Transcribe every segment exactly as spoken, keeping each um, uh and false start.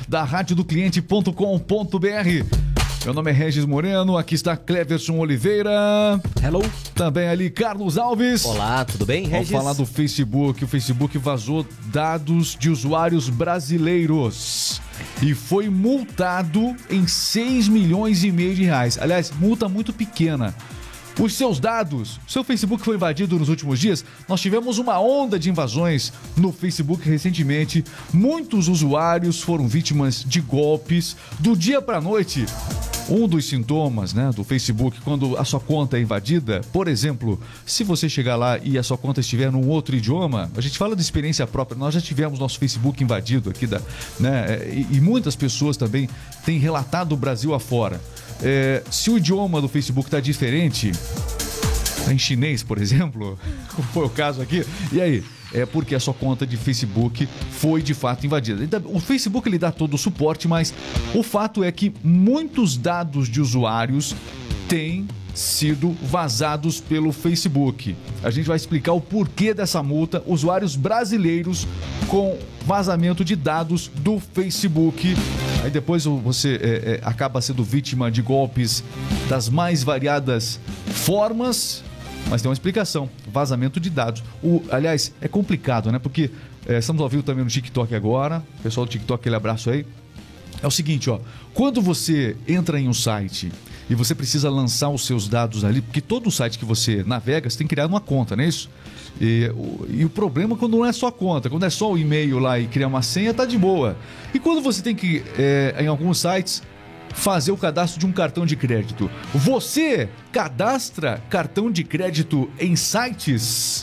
da rádio do cliente ponto com ponto br. Meu nome é Regis Moreno, aqui está Cleverson Oliveira. Hello. Também ali Carlos Alves. Olá, tudo bem, Regis? Vamos falar do Facebook. O Facebook vazou dados de usuários brasileiros e foi multado em seis milhões e meio de reais. Aliás, multa muito pequena. Os seus dados, seu Facebook foi invadido nos últimos dias. Nós tivemos uma onda de invasões no Facebook recentemente. Muitos usuários foram vítimas de golpes do dia para a noite. Um dos sintomas, né, do Facebook, quando a sua conta é invadida, por exemplo, se você chegar lá e a sua conta estiver num outro idioma, a gente fala de experiência própria, nós já tivemos nosso Facebook invadido aqui, da, né, e, e muitas pessoas também têm relatado o Brasil afora. É, se o idioma do Facebook está diferente, em chinês, por exemplo, como foi o caso aqui, e aí? É porque a sua conta de Facebook foi de fato invadida. O Facebook ele dá todo o suporte, mas o fato é que muitos dados de usuários têm sido vazados pelo Facebook. A gente vai explicar o porquê dessa multa. Usuários brasileiros com vazamento de dados do Facebook. Aí depois você é, é, acaba sendo vítima de golpes das mais variadas formas. Mas tem uma explicação, vazamento de dados. O, aliás, é complicado, né? Porque é, estamos ao vivo também no TikTok agora. Pessoal do TikTok, aquele abraço aí. É o seguinte, ó. Quando você entra em um site e você precisa lançar os seus dados ali, porque todo site que você navega, você tem que criar uma conta, não é isso? E o, e o problema é quando não é só a conta, quando é só o e-mail lá e criar uma senha, tá de boa. E quando você tem que, é, em alguns sites, fazer o cadastro de um cartão de crédito. Você cadastra cartão de crédito em sites?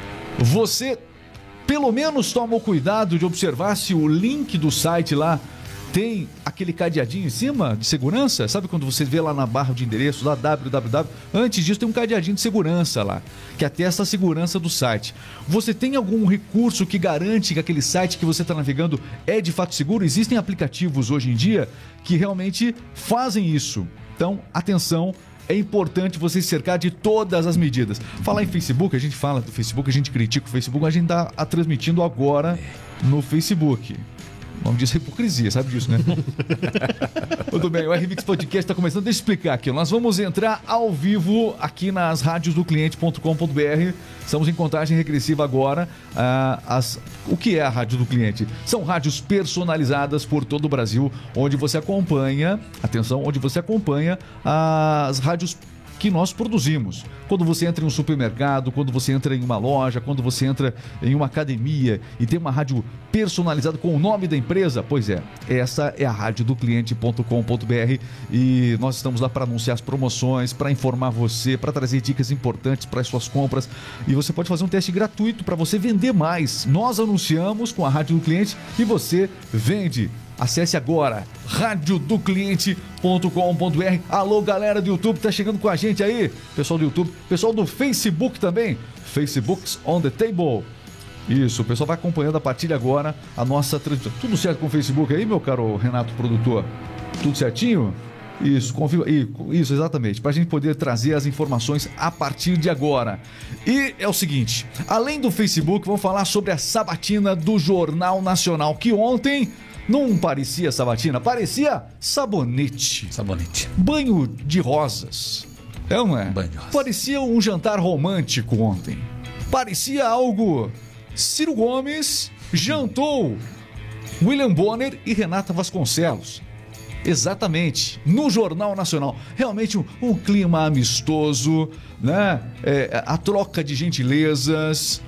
Você pelo menos toma o cuidado de observar se o link do site lá tem aquele cadeadinho em cima de segurança? Sabe quando você vê lá na barra de endereço, lá www, antes disso tem um cadeadinho de segurança lá, que atesta a segurança do site. Você tem algum recurso que garante que aquele site que você está navegando é de fato seguro? Existem aplicativos hoje em dia que realmente fazem isso. Então, atenção, é importante você se cercar de todas as medidas. Falar em Facebook, a gente fala do Facebook, a gente critica o Facebook, a gente está transmitindo agora no Facebook. O nome disso é hipocrisia, sabe disso, né? Tudo bem, o R Mix Podcast está começando. Deixa eu explicar aqui. Nós vamos entrar ao vivo aqui nas rádios do cliente ponto com ponto br. Estamos em contagem regressiva agora. Ah, as... O que é a rádio do cliente? São rádios personalizadas por todo o Brasil, onde você acompanha, atenção, onde você acompanha as rádios que nós produzimos. Quando você entra em um supermercado, quando você entra em uma loja, quando você entra em uma academia e tem uma rádio personalizada com o nome da empresa, pois é, essa é a rádio do cliente ponto com ponto br e nós estamos lá para anunciar as promoções, para informar você, para trazer dicas importantes para as suas compras e você pode fazer um teste gratuito para você vender mais. Nós anunciamos com a rádio do cliente e você vende. Acesse agora, rádio do cliente ponto com ponto br. Alô, galera do YouTube, tá chegando com a gente aí. Pessoal do YouTube, pessoal do Facebook também. Facebook's on the table. Isso, o pessoal vai acompanhando a partir de agora a nossa transmissão. Tudo certo com o Facebook aí, meu caro Renato, produtor? Tudo certinho? Isso, confio, isso, exatamente, para a gente poder trazer as informações a partir de agora. E é o seguinte, além do Facebook, vamos falar sobre a sabatina do Jornal Nacional, que ontem não parecia sabatina, parecia sabonete. Sabonete. Banho de rosas. É, não é? Banho de rosas. Parecia um jantar romântico ontem. Parecia algo... Ciro Gomes jantou William Bonner e Renata Vasconcelos. Exatamente, no Jornal Nacional. Realmente um, um clima amistoso, né? É, a troca de gentilezas.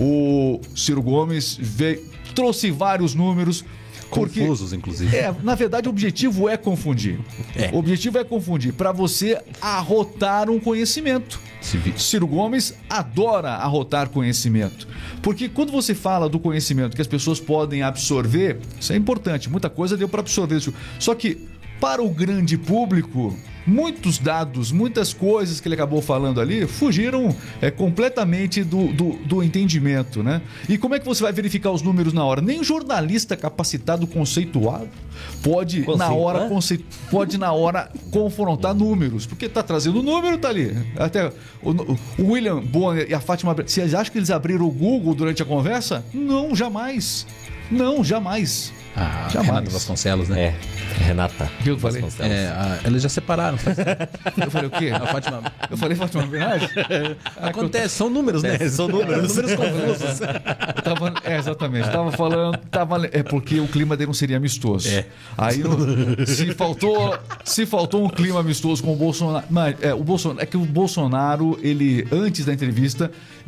O Ciro Gomes veio, trouxe vários números. Porque, confusos, inclusive. É, na verdade, o objetivo é confundir. É. O objetivo é confundir, para você arrotar um conhecimento. Ciro Gomes adora arrotar conhecimento. Porque quando você fala do conhecimento que as pessoas podem absorver, isso é importante, muita coisa deu para absorver. Só que, para o grande público, muitos dados, muitas coisas que ele acabou falando ali fugiram é, completamente do, do, do entendimento, né? E como é que você vai verificar os números na hora? Nem um jornalista capacitado, conceituado, pode, Conceito, na, hora, conce... pode na hora confrontar números, porque tá trazendo o número, tá ali. Até o, o William Bonner e a Fátima, vocês acham que eles abriram o Google durante a conversa? Não, jamais. Não, jamais. Ah, Jamais. Renata Vasconcelos, né? É, Renata. O que eu falei? Vasconcelos. É, a- eles já separaram. Eu falei o quê? A Fátima... Eu falei Fátima Bernardes? Acontece, são números, né? É, são números. números confusos. Eu tava, é, exatamente. Tava falando, tava, é porque o clima dele não seria amistoso. É. Aí no- se faltou, se faltou um clima amistoso com o Bolsonaro, mas é, o Bolsonaro, é que o Bolsonaro, ele antes da entrevista,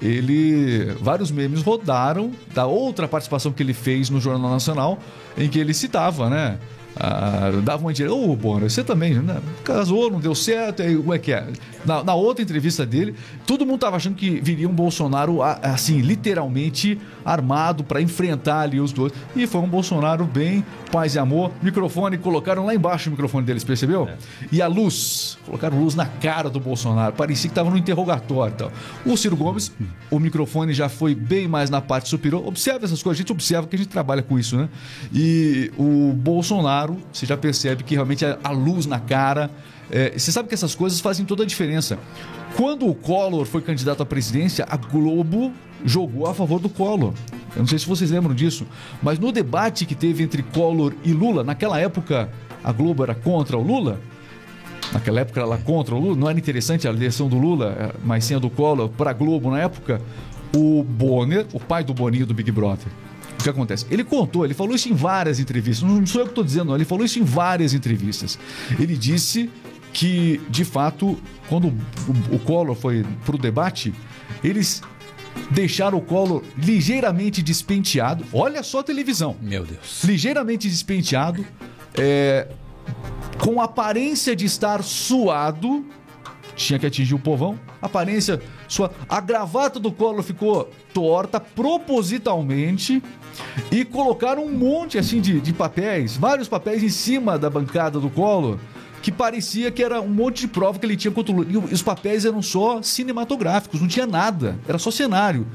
ele vários memes rodaram da outra participação que ele fez no Jornal Nacional, em que ele citava, né? Ah, dava uma direita, ô Bonner, você também, né? Casou, não deu certo, aí como é que é? Na, na outra entrevista dele, todo mundo tava achando que viria um Bolsonaro, a- assim, literalmente armado para enfrentar ali os dois. E foi um Bolsonaro bem paz e amor. Microfone, colocaram lá embaixo o microfone deles, percebeu? E a luz, colocaram luz na cara do Bolsonaro, parecia que tava no interrogatório e tal. O Ciro Gomes, o microfone já foi bem mais na parte superior. Observe essas coisas, a gente observa que a gente trabalha com isso, né? E o Bolsonaro, você já percebe que realmente a, a luz na cara. É, você sabe que essas coisas fazem toda a diferença. Quando o Collor foi candidato à presidência, a Globo jogou a favor do Collor. Eu não sei se vocês lembram disso, mas no debate que teve entre Collor e Lula, naquela época a Globo era contra o Lula. Naquela época ela era contra o Lula. Não era interessante a eleição do Lula, mas sim a do Collor para a Globo na época. O Bonner, o pai do Boninho do Big Brother, o que acontece? Ele contou, ele falou isso em várias entrevistas. Não sou eu que estou dizendo, não. Ele falou isso em várias entrevistas. Ele disse que, de fato, quando o, o Collor foi pro debate, eles deixaram o Collor ligeiramente despenteado. Olha só a televisão. Meu Deus. Ligeiramente despenteado, é, com aparência de estar suado. Tinha que atingir o povão. Aparência sua. A gravata do Collor ficou torta propositalmente e colocaram um monte assim de, de papéis, vários papéis em cima da bancada do Collor, que parecia que era um monte de prova que ele tinha contra o Lula. E os papéis eram só cinematográficos, não tinha nada, era só cenário.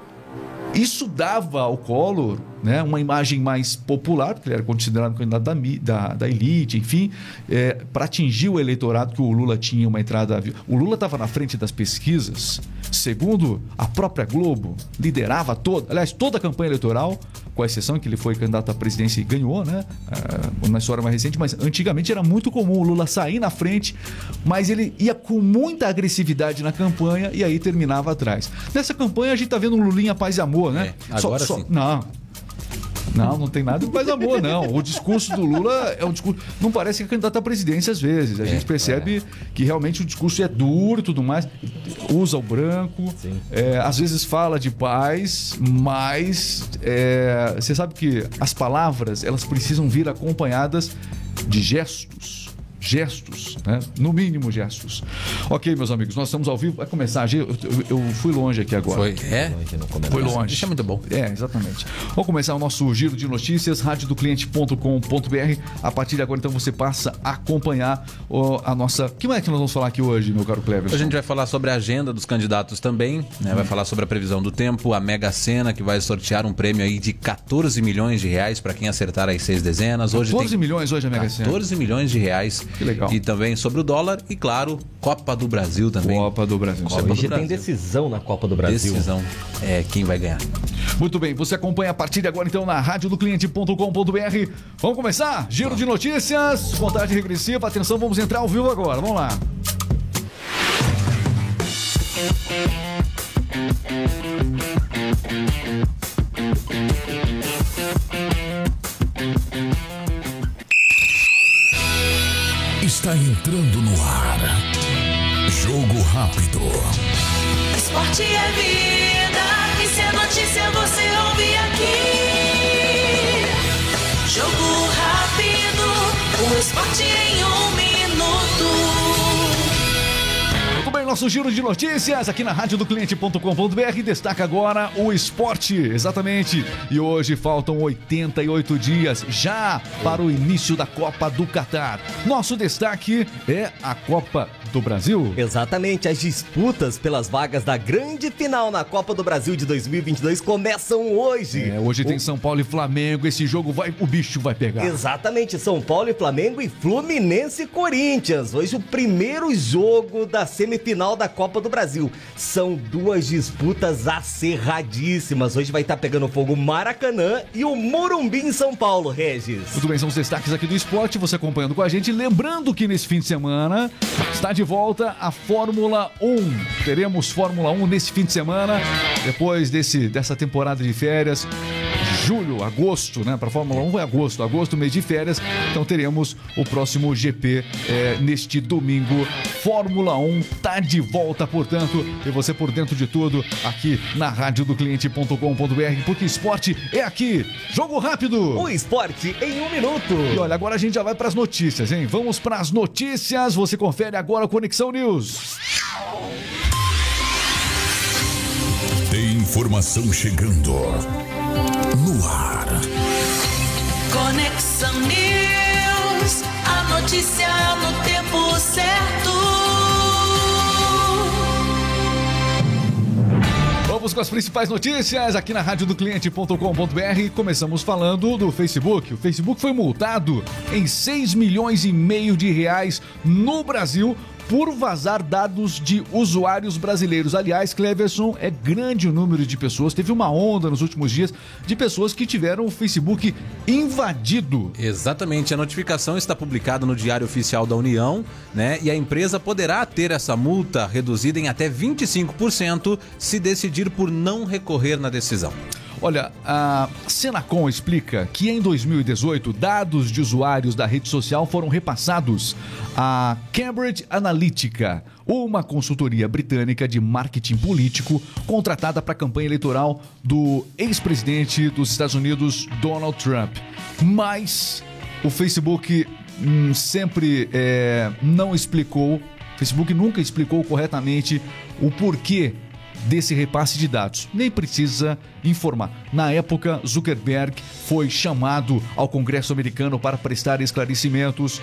Isso dava ao Collor, né, uma imagem mais popular, porque ele era considerado um candidato da, mi- da, da elite, enfim, é, para atingir o eleitorado que o Lula tinha uma entrada... O Lula estava na frente das pesquisas, segundo a própria Globo, liderava toda, aliás, toda a campanha eleitoral, com a exceção que ele foi candidato à presidência e ganhou, né, ah, na história mais recente, mas antigamente era muito comum o Lula sair na frente, mas ele ia com muita agressividade na campanha e aí terminava atrás. Nessa campanha a gente tá vendo um Lulinha paz e amor, né? É, agora sim. Não. Não, não tem nada de paz e amor, não. O discurso do Lula é um discurso... Não parece que é candidato à presidência às vezes. A gente percebe que realmente o discurso é duro e tudo mais. Usa o branco. É, às vezes fala de paz, mas... é, você sabe que as palavras, elas precisam vir acompanhadas de gestos. Gestos, né? No mínimo gestos. Ok, meus amigos, nós estamos ao vivo. Vai começar. Eu, eu, eu fui longe aqui agora. Foi? É? Foi longe. Isso é muito bom. É, exatamente. Vamos começar o nosso giro de notícias, rádio do cliente ponto com ponto b r. A partir de agora, então, você passa a acompanhar ó, a nossa... O que mais que nós vamos falar aqui hoje, meu caro Cleverson? A gente vai falar sobre a agenda dos candidatos também, né? Vai falar sobre a previsão do tempo, a Mega Sena, que vai sortear um prêmio aí de catorze milhões de reais para quem acertar as seis dezenas. Hoje catorze tem milhões hoje a Mega Sena. catorze milhões de reais. Que legal. E também sobre o dólar e, claro, Copa do Brasil também. Copa do Brasil. Copa Hoje do tem Brasil. decisão na Copa do Brasil. Decisão é quem vai ganhar. Muito bem, você acompanha a partir de agora, então, na rádio do cliente ponto com ponto b r. Vamos começar? Giro de notícias, contagem regressiva. Atenção, vamos entrar ao vivo agora. Vamos lá. Está entrando no ar. Jogo rápido. Esporte é vida, e se é notícia você ouve aqui. Jogo rápido, o esporte em um minuto. Muito bem, nosso giro de notícias aqui na rádio do cliente ponto com ponto b r destaca agora o esporte, exatamente. E hoje faltam oitenta e oito dias já para o início da Copa do Catar. Nosso destaque é a Copa do Brasil? Exatamente, as disputas pelas vagas da grande final na Copa do Brasil de dois mil e vinte e dois começam hoje. É, hoje tem o... São Paulo e Flamengo, esse jogo vai, o bicho vai pegar. Exatamente, São Paulo e Flamengo e Fluminense e Corinthians. Hoje o primeiro jogo da semifinal da Copa do Brasil. São duas disputas acirradíssimas. Hoje vai estar pegando fogo o Maracanã e o Morumbi em São Paulo, Regis. Tudo bem, são os destaques aqui do esporte, você acompanhando com a gente. Lembrando que nesse fim de semana está de volta a Fórmula um. Teremos Fórmula um nesse fim de semana, depois desse, dessa temporada de férias. Julho, agosto, né? Para Fórmula um é agosto, agosto, mês de férias. Então teremos o próximo G P é, neste domingo. Fórmula um tá de volta, portanto, e você por dentro de tudo aqui na rádio do cliente ponto com ponto br, porque esporte é aqui. Jogo rápido. O esporte em um minuto. E olha, agora a gente já vai para as notícias, hein? Vamos para as notícias. Você confere agora o Conexão News. Tem informação chegando no ar. Conexão News, a notícia no tempo certo. Vamos com as principais notícias aqui na rádio do cliente ponto com ponto br. Começamos falando do Facebook. O Facebook foi multado em seis milhões e meio de reais no Brasil por vazar dados de usuários brasileiros. Aliás, Cleverson, é grande o número de pessoas. Teve uma onda nos últimos dias de pessoas que tiveram o Facebook invadido. Exatamente. A notificação está publicada no Diário Oficial da União, né? E a empresa poderá ter essa multa reduzida em até vinte e cinco por cento se decidir por não recorrer na decisão. Olha, a Senacom explica que em dois mil e dezoito, dados de usuários da rede social foram repassados à Cambridge Analytica, uma consultoria britânica de marketing político contratada para a campanha eleitoral do ex-presidente dos Estados Unidos, Donald Trump. Mas o Facebook hum, sempre é, não explicou, o Facebook nunca explicou corretamente o porquê desse repasse de dados. Nem precisa informar. Na época, Zuckerberg foi chamado ao Congresso americano para prestar esclarecimentos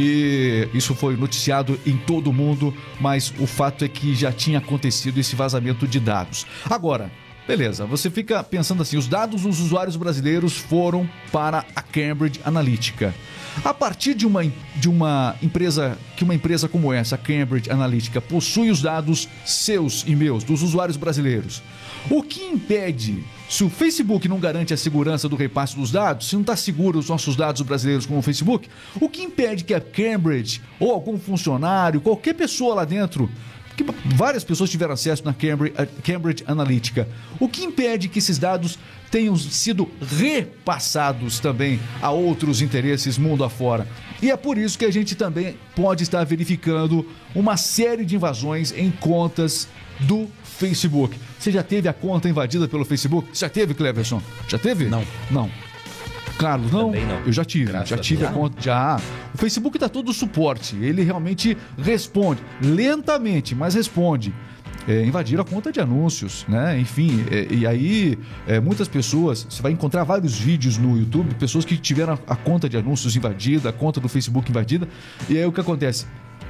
e isso foi noticiado em todo o mundo, mas o fato é que já tinha acontecido esse vazamento de dados. Agora, beleza, você fica pensando assim, os dados dos usuários brasileiros foram para a Cambridge Analytica. A partir de uma, de uma empresa, que uma empresa como essa, a Cambridge Analytica, possui os dados seus e meus, dos usuários brasileiros, o que impede, se o Facebook não garante a segurança do repasse dos dados, se não está seguro os nossos dados brasileiros com o Facebook, o que impede que a Cambridge ou algum funcionário, qualquer pessoa lá dentro, que várias pessoas tiveram acesso na Cambridge, Cambridge Analytica, o que impede que esses dados tenham sido repassados também a outros interesses mundo afora? E é por isso que a gente também pode estar verificando uma série de invasões em contas do Facebook. Você já teve a conta invadida pelo Facebook? Já teve, Cleverson? Já teve? Não. Não. Carlos, não? Também não. Eu já tive, Graças já a tive Deus. a conta, já. O Facebook dá todo o suporte, ele realmente responde, lentamente, mas responde. É, invadiram a conta de anúncios, né? Enfim, é, e aí é, muitas pessoas, você vai encontrar vários vídeos no YouTube, pessoas que tiveram a, a conta de anúncios invadida, a conta do Facebook invadida, e aí o que acontece?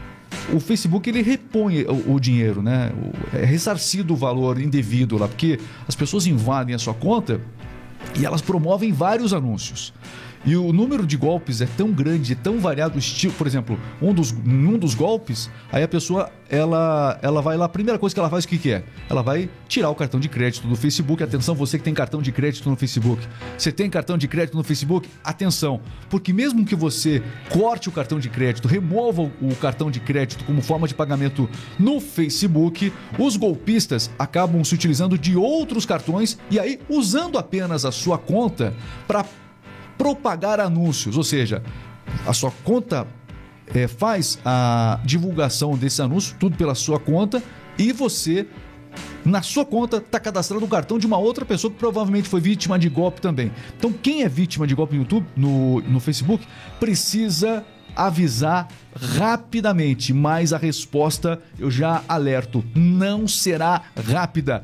O Facebook, ele repõe o, o dinheiro, né? O, é ressarcido o valor indevido lá, porque as pessoas invadem a sua conta e elas promovem vários anúncios. E o número de golpes é tão grande, é tão variado o estilo. Por exemplo, um dos, um dos golpes, aí a pessoa, ela, ela vai lá, a primeira coisa que ela faz, o que, que é? Ela vai tirar o cartão de crédito do Facebook. Atenção, você que tem cartão de crédito no Facebook. Você tem cartão de crédito no Facebook? Atenção, porque mesmo que você corte o cartão de crédito, remova o cartão de crédito como forma de pagamento no Facebook, os golpistas acabam se utilizando de outros cartões e aí usando apenas a sua conta para propagar anúncios, ou seja, a sua conta é, faz a divulgação desse anúncio, tudo pela sua conta, e você, na sua conta, está cadastrando o cartão de uma outra pessoa que provavelmente foi vítima de golpe também. Então, quem é vítima de golpe no YouTube, no, no Facebook, precisa avisar rapidamente, mas a resposta, eu já alerto, não será rápida.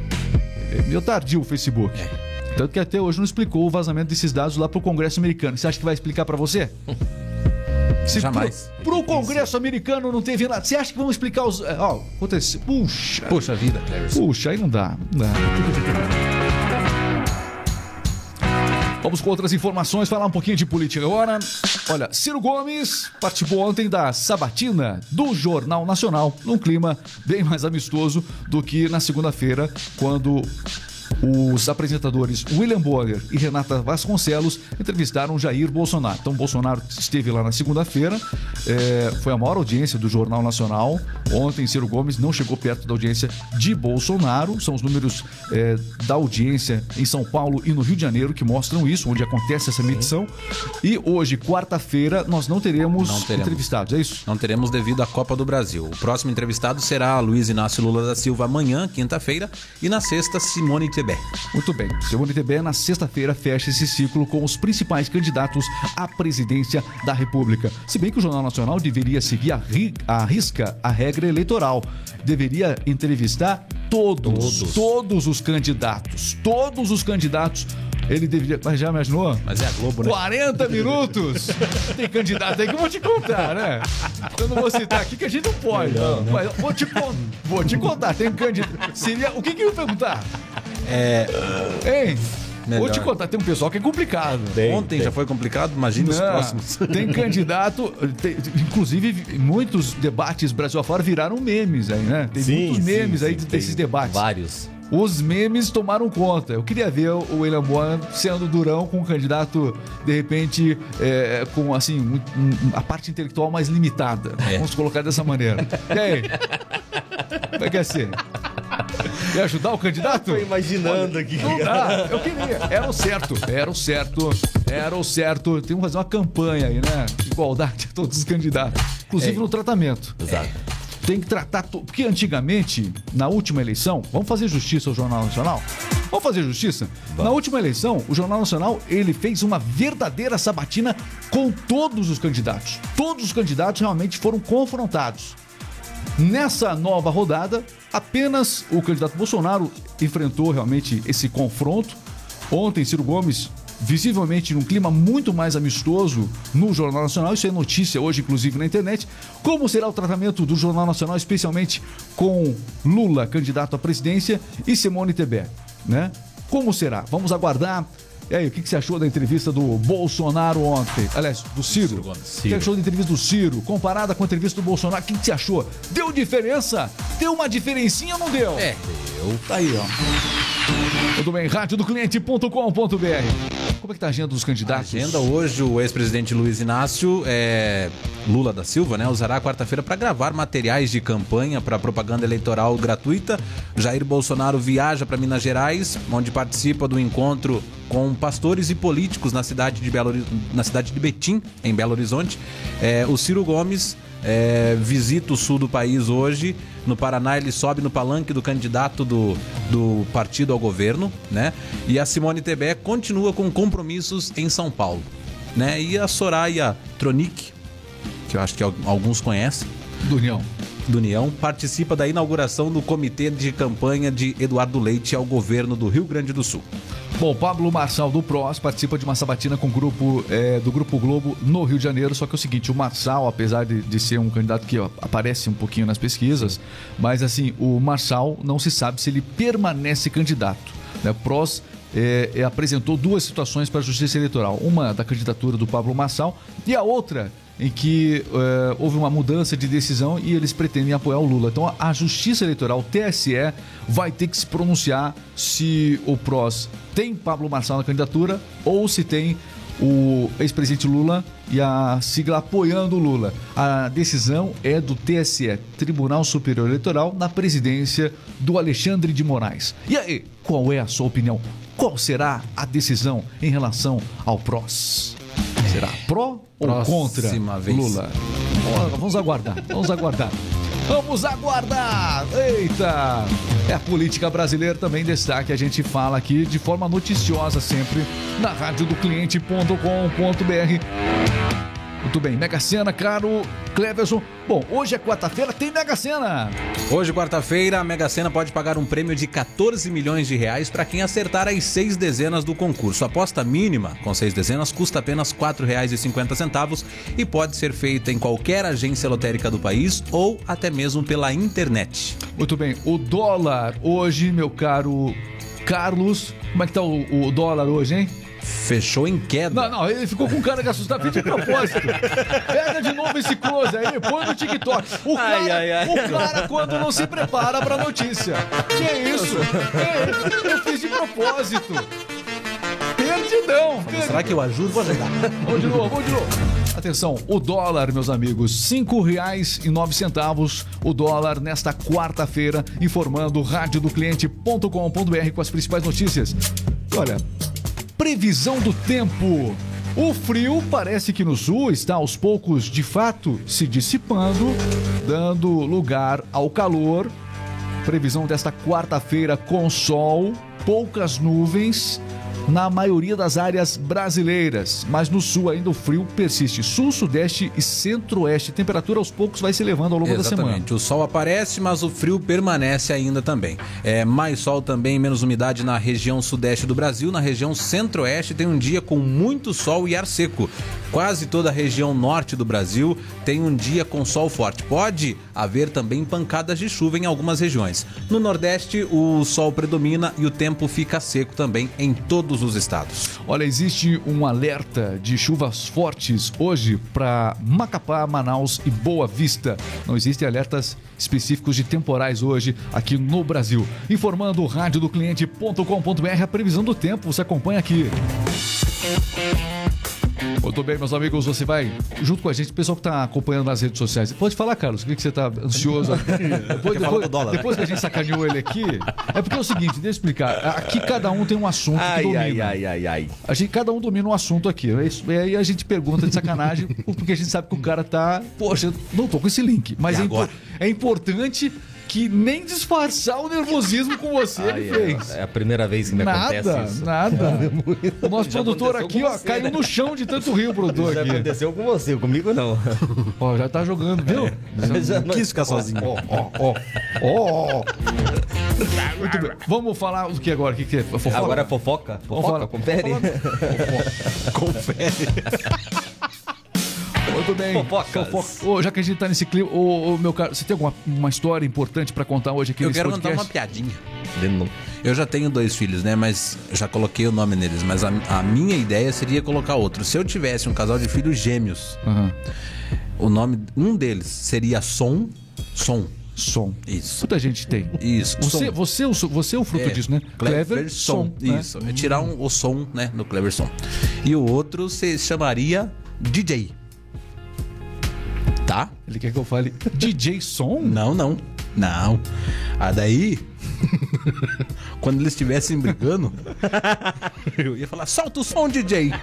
É meio tardio o Facebook. Tanto que até hoje não explicou o vazamento desses dados lá pro Congresso americano. Você acha que vai explicar para você? Se Jamais. Pro, pro Congresso americano não teve nada. Você acha que vão explicar os... Ó, aconteceu. Puxa. Poxa vida, Cleverson. Puxa, aí não dá. Não dá. Vamos com outras informações, falar um pouquinho de política agora. Olha, Ciro Gomes participou ontem da sabatina do Jornal Nacional, num clima bem mais amistoso do que na segunda-feira, quando os apresentadores William Bonner e Renata Vasconcelos entrevistaram Jair Bolsonaro. Então, Bolsonaro esteve lá na segunda-feira, é, foi a maior audiência do Jornal Nacional. Ontem, Ciro Gomes não chegou perto da audiência de Bolsonaro. São os números é, da audiência em São Paulo e no Rio de Janeiro que mostram isso, onde acontece essa medição. E hoje, quarta-feira, nós não teremos, não teremos entrevistados, é isso? Não teremos devido à Copa do Brasil. O próximo entrevistado será Luiz Inácio Lula da Silva amanhã, quinta-feira, e na sexta, Simone Tebet. Muito bem. Simone Tebet, na sexta-feira, fecha esse ciclo com os principais candidatos à presidência da República. Se bem que o Jornal Nacional deveria seguir a, ri, a risca a regra eleitoral. Deveria entrevistar todos, todos, todos os candidatos. Todos os candidatos. Ele deveria... Mas já imaginou? Mas é a Globo, né? quarenta minutos? Tem candidato aí que eu vou te contar, né? Eu não vou citar aqui que a gente não pode. Não, não. Mas vou te, vou te contar. Tem candidato... Seria... O que que eu ia perguntar? É... Hein? Melhor. Vou te contar, tem um pessoal que é complicado. Tem, Ontem tem. já foi complicado, imagina os próximos. Tem candidato, tem, inclusive muitos debates Brasil afora viraram memes aí, né? Tem sim, muitos memes sim, aí sim, desses debates. Vários. Os memes tomaram conta. Eu queria ver o William Bonner sendo durão com um candidato, de repente, é, com assim, um, um, a parte intelectual mais limitada. É. Vamos colocar dessa maneira. E aí? Como é que é ser? Ia ajudar o candidato? Eu tô imaginando aqui. Não dá, eu queria. Era o certo, era o certo, era o certo. Tem que fazer uma campanha aí, né? Igualdade a todos os candidatos. Inclusive é. no tratamento. Exato. Tem que tratar... To... Porque antigamente, na última eleição... Vamos fazer justiça ao Jornal Nacional? Vamos fazer justiça? Vamos. Na última eleição, o Jornal Nacional, ele fez uma verdadeira sabatina com todos os candidatos. Todos os candidatos realmente foram confrontados. Nessa nova rodada, apenas o candidato Bolsonaro enfrentou realmente esse confronto. Ontem, Ciro Gomes, visivelmente num clima muito mais amistoso no Jornal Nacional, isso é notícia hoje, inclusive na internet. Como será o tratamento do Jornal Nacional, especialmente com Lula, candidato à presidência, e Simone Tebet, né? Como será? Vamos aguardar. E aí, o que você achou da entrevista do Bolsonaro ontem? Aliás, do Ciro. Ciro Gomes. Ciro. O que achou da entrevista do Ciro? Comparada com a entrevista do Bolsonaro, o que você achou? Deu diferença? Deu uma diferencinha ou não deu? É, deu. Tá aí, ó. Tudo bem, rádio do cliente ponto com ponto br. Como é que tá a agenda dos candidatos? A agenda hoje, o ex-presidente Luiz Inácio é, Lula da Silva, né, usará a quarta-feira para gravar materiais de campanha para propaganda eleitoral gratuita. Jair Bolsonaro viaja para Minas Gerais, onde participa do encontro com pastores e políticos na cidade de, Belo, na cidade de Betim, em Belo Horizonte. É, o Ciro Gomes é, visita o sul do país hoje. No Paraná, ele sobe no palanque do candidato do, do partido ao governo, né? E a Simone Tebet continua com compromissos em São Paulo, né? E a Soraya Tronic, que eu acho que alguns conhecem, do União. do União, participa da inauguração do comitê de campanha de Eduardo Leite ao governo do Rio Grande do Sul. Bom, Pablo Marçal do P R O S participa de uma sabatina com o grupo, é, do Grupo Globo no Rio de Janeiro, só que é o seguinte, o Marçal, apesar de, de ser um candidato que ó, aparece um pouquinho nas pesquisas, mas assim, o Marçal não se sabe se ele permanece candidato, né? O P R O S é, é, apresentou duas situações para a Justiça Eleitoral, uma da candidatura do Pablo Marçal e a outra em que uh, houve uma mudança de decisão e eles pretendem apoiar o Lula. Então a Justiça Eleitoral, o T S E, vai ter que se pronunciar se o P R O S tem Pablo Marçal na candidatura ou se tem o ex-presidente Lula e a sigla apoiando o Lula. A decisão é do T S E, Tribunal Superior Eleitoral, na presidência do Alexandre de Moraes. E aí, qual é a sua opinião? Qual será a decisão em relação ao P R O S? Será pró ou contra vez. Lula? Vamos aguardar, vamos aguardar. Vamos aguardar! Eita! É a política brasileira também em destaque. A gente fala aqui de forma noticiosa sempre na rádio do cliente ponto com ponto br. Muito bem, Mega Sena, caro Cleverson. Bom, hoje é quarta-feira, tem Mega Sena. Hoje, quarta-feira, a Mega Sena pode pagar um prêmio de quatorze milhões de reais para quem acertar as seis dezenas do concurso. A aposta mínima com seis dezenas custa apenas quatro reais e cinquenta centavos e pode ser feita em qualquer agência lotérica do país ou até mesmo pela internet. Muito bem, o dólar hoje, meu caro Carlos, como é que tá o, o dólar hoje, hein? Fechou em queda. Não, não, ele ficou com cara de assustado, fez de propósito. Pega de novo esse close aí, põe no TikTok. O cara, Ai, ai, ai. o cara quando não se prepara pra notícia. Que é isso? É, eu fiz de propósito. Perdidão. Perdidão. Será que eu ajudo? Vou ajudar. Vamos de novo, vamos de novo. Atenção, o dólar, meus amigos, cinco reais e nove centavos o dólar nesta quarta-feira, informando rádio do cliente ponto com ponto br com as principais notícias. Olha, previsão do tempo. O frio parece que no sul está aos poucos, de fato, se dissipando, dando lugar ao calor. Previsão desta quarta-feira com sol, poucas nuvens na maioria das áreas brasileiras, mas no sul ainda o frio persiste. Sul, sudeste e centro-oeste. A temperatura aos poucos vai se elevando ao longo da semana. Exatamente. O sol aparece, mas o frio permanece ainda também. É, mais sol também, menos umidade na região sudeste do Brasil. Na região centro-oeste tem um dia com muito sol e ar seco. Quase toda a região norte do Brasil tem um dia com sol forte. Pode haver também pancadas de chuva em algumas regiões. No nordeste, o sol predomina e o tempo fica seco também em todos os estados. Olha, existe um alerta de chuvas fortes hoje para Macapá, Manaus e Boa Vista. Não existem alertas específicos de temporais hoje aqui no Brasil. Informando o rádio do cliente ponto com ponto br, a previsão do tempo você acompanha aqui. Muito bem, meus amigos, você vai junto com a gente, o pessoal que está acompanhando nas redes sociais. Pode falar, Carlos, o que você está ansioso? Depois, depois, depois que a gente sacaneou ele aqui, é porque é o seguinte, deixa eu explicar. Aqui cada um tem um assunto que Ai, domina. ai, ai, ai, ai. A gente, cada um domina um assunto aqui. É isso, e aí a gente pergunta de sacanagem, porque a gente sabe que o cara tá... Poxa, eu não tô com esse link. Mas é, impo- é importante que nem disfarçar o nervosismo com você Ai, ele é, fez. é a primeira vez que me Nada, acontece isso. nada. O nosso Já produtor aconteceu aqui, com ó, você, caiu né? no chão de tanto rir, o produtor Já aqui. aconteceu com você, comigo não. Ó, já tá jogando, viu? Já não quis ficar sozinho. Ó, ó, ó, ó. Muito bem. Vamos falar do que agora? O que, que é? Fofoca? Agora é fofoca? Vamos Fofoca? falar- Confere? Confere. Muito bem. Fofocas. Fofoca. Ô, já que a gente tá nesse clima, ô, ô, meu caro, você tem alguma uma história importante pra contar hoje aqui Eu nesse quero podcast? contar uma piadinha. De novo. Eu já tenho dois filhos, né? Mas eu já coloquei o nome neles. Mas a, a minha ideia seria colocar outro. Se eu tivesse um casal de filhos gêmeos, Aham. o nome, um deles seria Som. Som. Som. Isso. Muita gente tem. Isso. Você, Som. você, é o- você é o fruto É, disso, né? Clever Som. né? Isso. É tirar um, o som, né? No Clever Som. E o outro se chamaria D J. Tá? Ele quer que eu fale D J Som? Não, não. Não. Ah, daí, quando eles estivessem brigando, eu ia falar, solta o som, D J.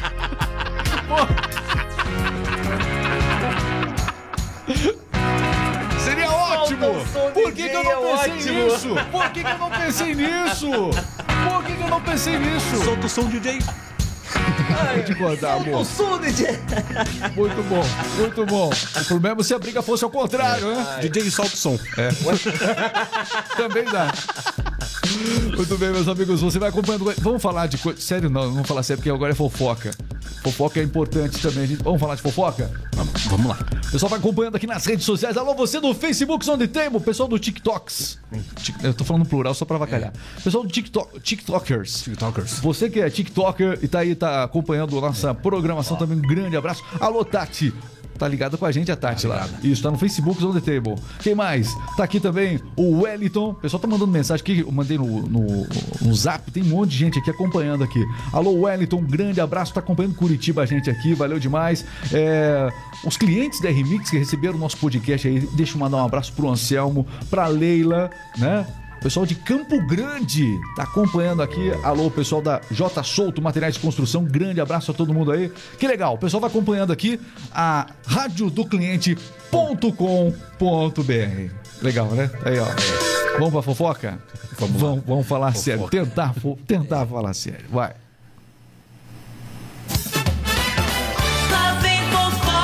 Seria ótimo! Solta o som, Por que, que eu não D J, é pensei ótimo. nisso? Por que, que eu não pensei nisso? Por que, que eu não pensei nisso? Solta o som, D J. Vou te contar, amor. som, D J. Muito bom, muito bom. O problema é se a briga fosse ao contrário, né? D J solta o som. Também dá. Muito bem, meus amigos, você vai acompanhando. Vamos falar de coisa. Sério, não, não vamos falar sério, porque agora é fofoca. Fofoca é importante também. Gente... Vamos falar de fofoca? Vamos, vamos lá. O pessoal vai acompanhando aqui nas redes sociais. Alô, você do Facebook, onde tem, o pessoal do TikToks. Eu tô falando no plural só pra avacalhar. Pessoal do TikTok, TikTokers. TikTokers. Você que é TikToker e tá aí, tá acompanhando a nossa programação também, um grande abraço. Alô, Tati. Tá ligada com a gente, a Tati lá. Isso, tá no Facebook on the Table. Quem mais? Tá aqui também o Wellington. O pessoal tá mandando mensagem aqui, eu mandei no, no, no Zap. Tem um monte de gente aqui acompanhando aqui. Alô, Wellington, um grande abraço. Tá acompanhando Curitiba a gente aqui, valeu demais. É, os clientes da R-Mix que receberam o nosso podcast aí, deixa eu mandar um abraço pro Anselmo, pra Leila, né? Pessoal de Campo Grande tá acompanhando aqui. Alô, pessoal da J Souto Materiais de Construção. Grande abraço a todo mundo aí. Que legal. O pessoal vai acompanhando aqui a rádio do cliente ponto com ponto br. Legal, né? Aí, ó. Vamos pra fofoca? Vamos, vamos, vamos falar Fofoca. sério. Tentar, fo- tentar falar sério. Vai. Lá vem fofoca.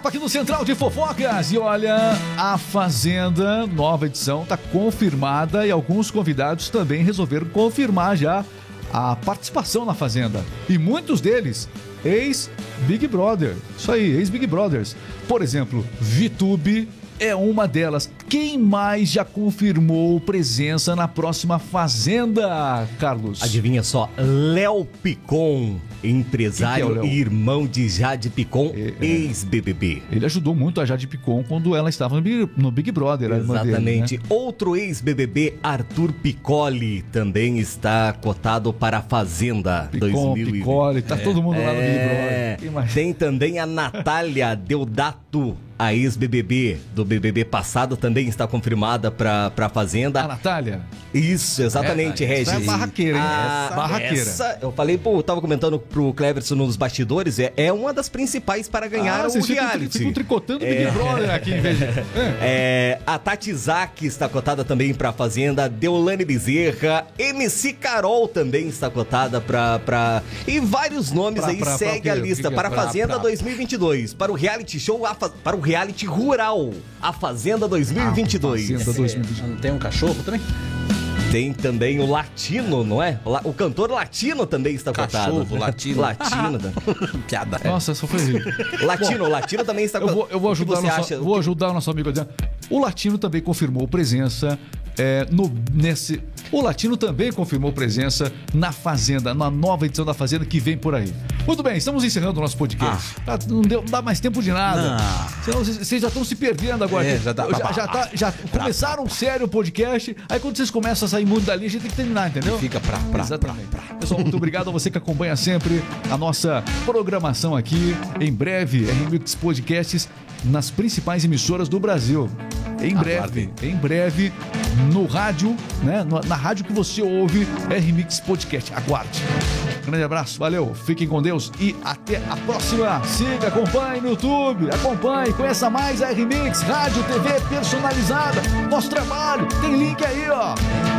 Papo aqui no Central de Fofocas. E olha, a Fazenda, nova edição, tá confirmada e alguns convidados também resolveram confirmar já a participação na Fazenda. E muitos deles, ex-Big Brother. Isso aí, ex-Big Brothers. Por exemplo, Vitube é uma delas. Quem mais já confirmou presença na próxima Fazenda, Carlos? Adivinha só, Léo Picon, empresário Quem que é o Léo? e irmão de Jade Picon, É, é. ex-B B B. Ele ajudou muito a Jade Picon quando ela estava no Big, no Big Brother. a irmã dele, Exatamente. né? Outro ex-B B B, Arthur Piccoli, também está cotado para a Fazenda Picon, dois mil e vinte. Piccoli, tá todo mundo lá no Big É, Brother. Quem mais? tem também a Natália Deodato, a ex-B B B do B B B passado, também está confirmada para a Fazenda. A Natália? Isso, exatamente, É, essa Regis. é barraqueira, hein? Ah, Essa- barraqueira. essa- eu falei, pô, eu tava comentando pro Cleverson nos bastidores, é, é uma das principais para ganhar Ah, o vocês ficam, reality. ficam tricotando o Big Brother aqui em vez de... É. É, a Tati Zaki está cotada também para a Fazenda, Deolane Bezerra, M C Carol também está cotada para pra... e vários nomes Pra- aí pra- pra segue o quê? a O que lista que é? para a Pra- Fazenda pra- dois mil e vinte e dois, para o reality show, a fa- para o reality rural, a Fazenda dois mil e vinte e dois. Fazenda dois mil e vinte e dois. Não tem um cachorro também? Tem também o Latino, não é? O, la- o cantor Latino também está Cachorro, cotado. Latino. Latino. Piada. Nossa, só foi... Latino, Latino também está Eu vou, eu vou O que ajudar, o você nosso, acha? vou ajudar o nosso amigo Adriano. O Latino também confirmou presença é, no, nesse... O Latino também confirmou presença na Fazenda, na nova edição da Fazenda que vem por aí. Muito bem, estamos encerrando o nosso podcast. Tá, não, deu- não dá mais tempo de nada. Não. Senão vocês, vocês já estão se perdendo agora. É, já dá- já, já, tá- já começaram sério o podcast, aí quando vocês começam a sair muito dali, a gente tem que terminar, entendeu? Fica pra, pra, Exatamente. Pessoal, muito obrigado a você que acompanha sempre a nossa programação aqui. Em breve, R Mix Podcasts nas principais emissoras do Brasil. Em breve, Aguardem. em breve, no rádio, né? no- Na rádio que você ouve, R Mix Podcast. Aguarde. Grande abraço, valeu, fiquem com Deus e até a próxima. Siga, acompanhe no YouTube, acompanhe, conheça mais a R Mix, rádio, T V personalizada, nosso trabalho, tem link aí, ó.